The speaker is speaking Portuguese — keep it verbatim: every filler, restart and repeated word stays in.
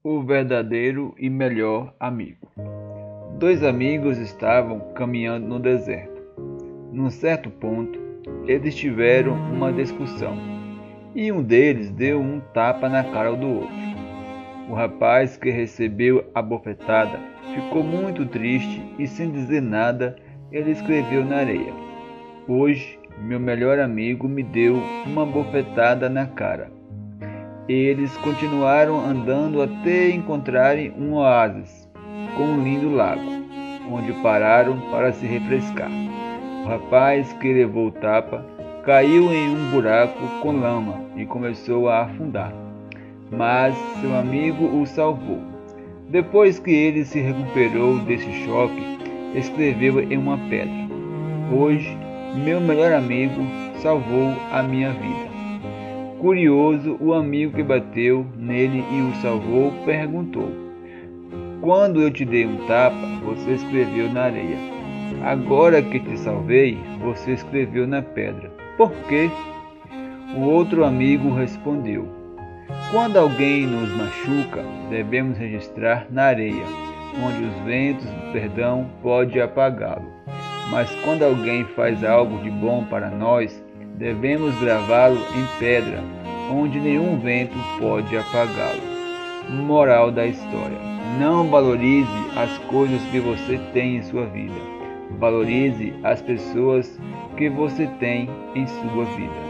O verdadeiro e melhor amigo. Dois amigos estavam caminhando no deserto. Num certo ponto, eles tiveram uma discussão e um deles deu um tapa na cara do outro. O rapaz que recebeu a bofetada ficou muito triste e, sem dizer nada, ele escreveu na areia: "Hoje, meu melhor amigo me deu uma bofetada na cara." Eles continuaram andando até encontrarem um oásis com um lindo lago, onde pararam para se refrescar. O rapaz que levou o tapa caiu em um buraco com lama e começou a afundar, mas seu amigo o salvou. Depois que ele se recuperou desse choque, escreveu em uma pedra: "Hoje, meu melhor amigo salvou a minha vida." Curioso, o amigo que bateu nele e o salvou perguntou: "Quando eu te dei um tapa, você escreveu na areia. Agora que te salvei, você escreveu na pedra. Por quê?" O outro amigo respondeu: "Quando alguém nos machuca, devemos registrar na areia, onde os ventos do perdão podem apagá-lo. Mas quando alguém faz algo de bom para nós, devemos gravá-lo em pedra, onde nenhum vento pode apagá-lo." Moral da história: não valorize as coisas que você tem em sua vida. Valorize as pessoas que você tem em sua vida.